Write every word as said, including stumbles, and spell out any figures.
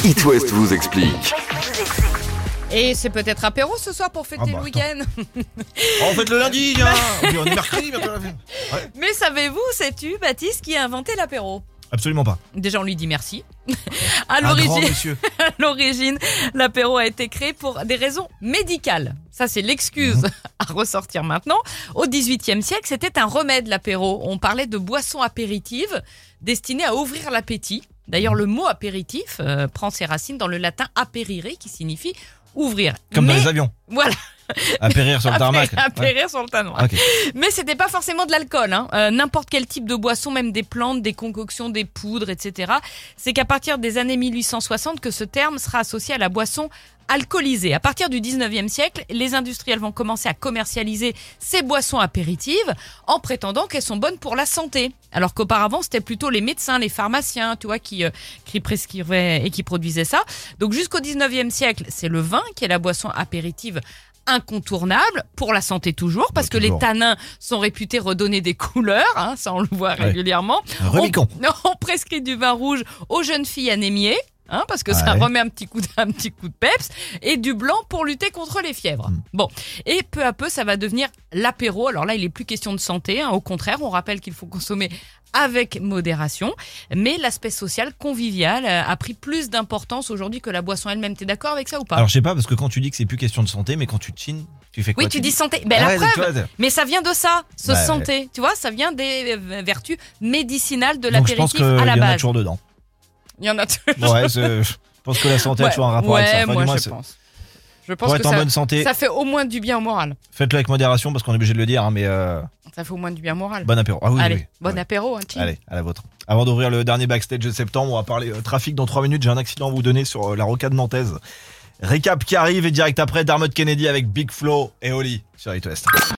It West vous explique. Et c'est peut-être apéro ce soir pour fêter Ah bah, le week-end. Oh, on fête le lundi, hein. On est mercredi bientôt. Ouais. Mais savez-vous, sais-tu, Baptiste, qui a inventé l'apéro? Absolument pas. Déjà, on lui dit merci. À Un grand l'origine, monsieur. à l'origine, l'apéro a été créé pour des raisons médicales. Ça, c'est l'excuse Mmh. à ressortir maintenant. Au dix-huitième siècle, c'était un remède, l'apéro. On parlait de boissons apéritives destinées à ouvrir l'appétit. D'ailleurs, le mot apéritif euh, prend ses racines dans le latin aperire, qui signifie ouvrir. Comme Mais, dans les avions. Voilà. Apérir sur le tarmac. Apérir sur le tarmac. Ok. Mais c'était pas forcément de l'alcool, hein. Euh, n'importe quel type de boisson, même des plantes, des concoctions, des poudres, et cetera. C'est qu'à partir des années mille huit cent soixante que ce terme sera associé à la boisson alcoolisée. À partir du dix-neuvième siècle, les industriels vont commencer à commercialiser ces boissons apéritives en prétendant qu'elles sont bonnes pour la santé. Alors qu'auparavant, c'était plutôt les médecins, les pharmaciens, tu vois, qui, euh, qui prescrivaient et qui produisaient ça. Donc jusqu'au dix-neuvième siècle, c'est le vin qui est la boisson apéritive incontournable pour la santé toujours, parce Ouais, que les toujours. tanins sont réputés redonner des couleurs, hein, ça on le voit Ouais. régulièrement. Un Rubicon. On, on prescrit du vin rouge aux jeunes filles anémiées, hein, parce que ça Ouais. remet un petit coup de, un petit coup de peps, et du blanc pour lutter contre les fièvres. Mm. Bon, et peu à peu ça va devenir l'apéro. Alors là il est plus question de santé, hein, au contraire on rappelle qu'il faut consommer avec modération, mais l'aspect social, convivial, euh, a pris plus d'importance aujourd'hui que la boisson elle-même. T'es d'accord avec ça ou pas? Alors je sais pas, parce que quand tu dis que c'est plus question de santé, mais quand tu chines, tu fais quoi? Oui, tu dis santé. Ben, Ah la ouais, preuve. tu vois, Mais ça vient de ça, ce Ouais, santé. Tu vois, ça vient des euh, vertus médicinales de Donc je pense l'apéritif qu'il à la y en a base. toujours dedans. Il y en a toujours. Ouais, c'est- je pense que la santé a Ouais, toujours un rapport ouais, avec ça. Enfin, du moi moins, je c'est- pense. Je pense Pour que être en ça, bonne santé, ça fait au moins du bien au moral. faites-le avec modération parce qu'on est obligé de le dire, hein, mais euh, Ça fait au moins du bien au moral. bon apéro. Ah oui, Allez, oui. bon Ouais. apéro, hein, Tim. Allez, à la vôtre. Avant d'ouvrir le dernier backstage de septembre, on va parler euh, trafic dans trois minutes. J'ai un accident à vous donner sur euh, la rocade nantaise. Récap qui arrive et direct après Dermot Kennedy avec Big Flo et Oli sur It West.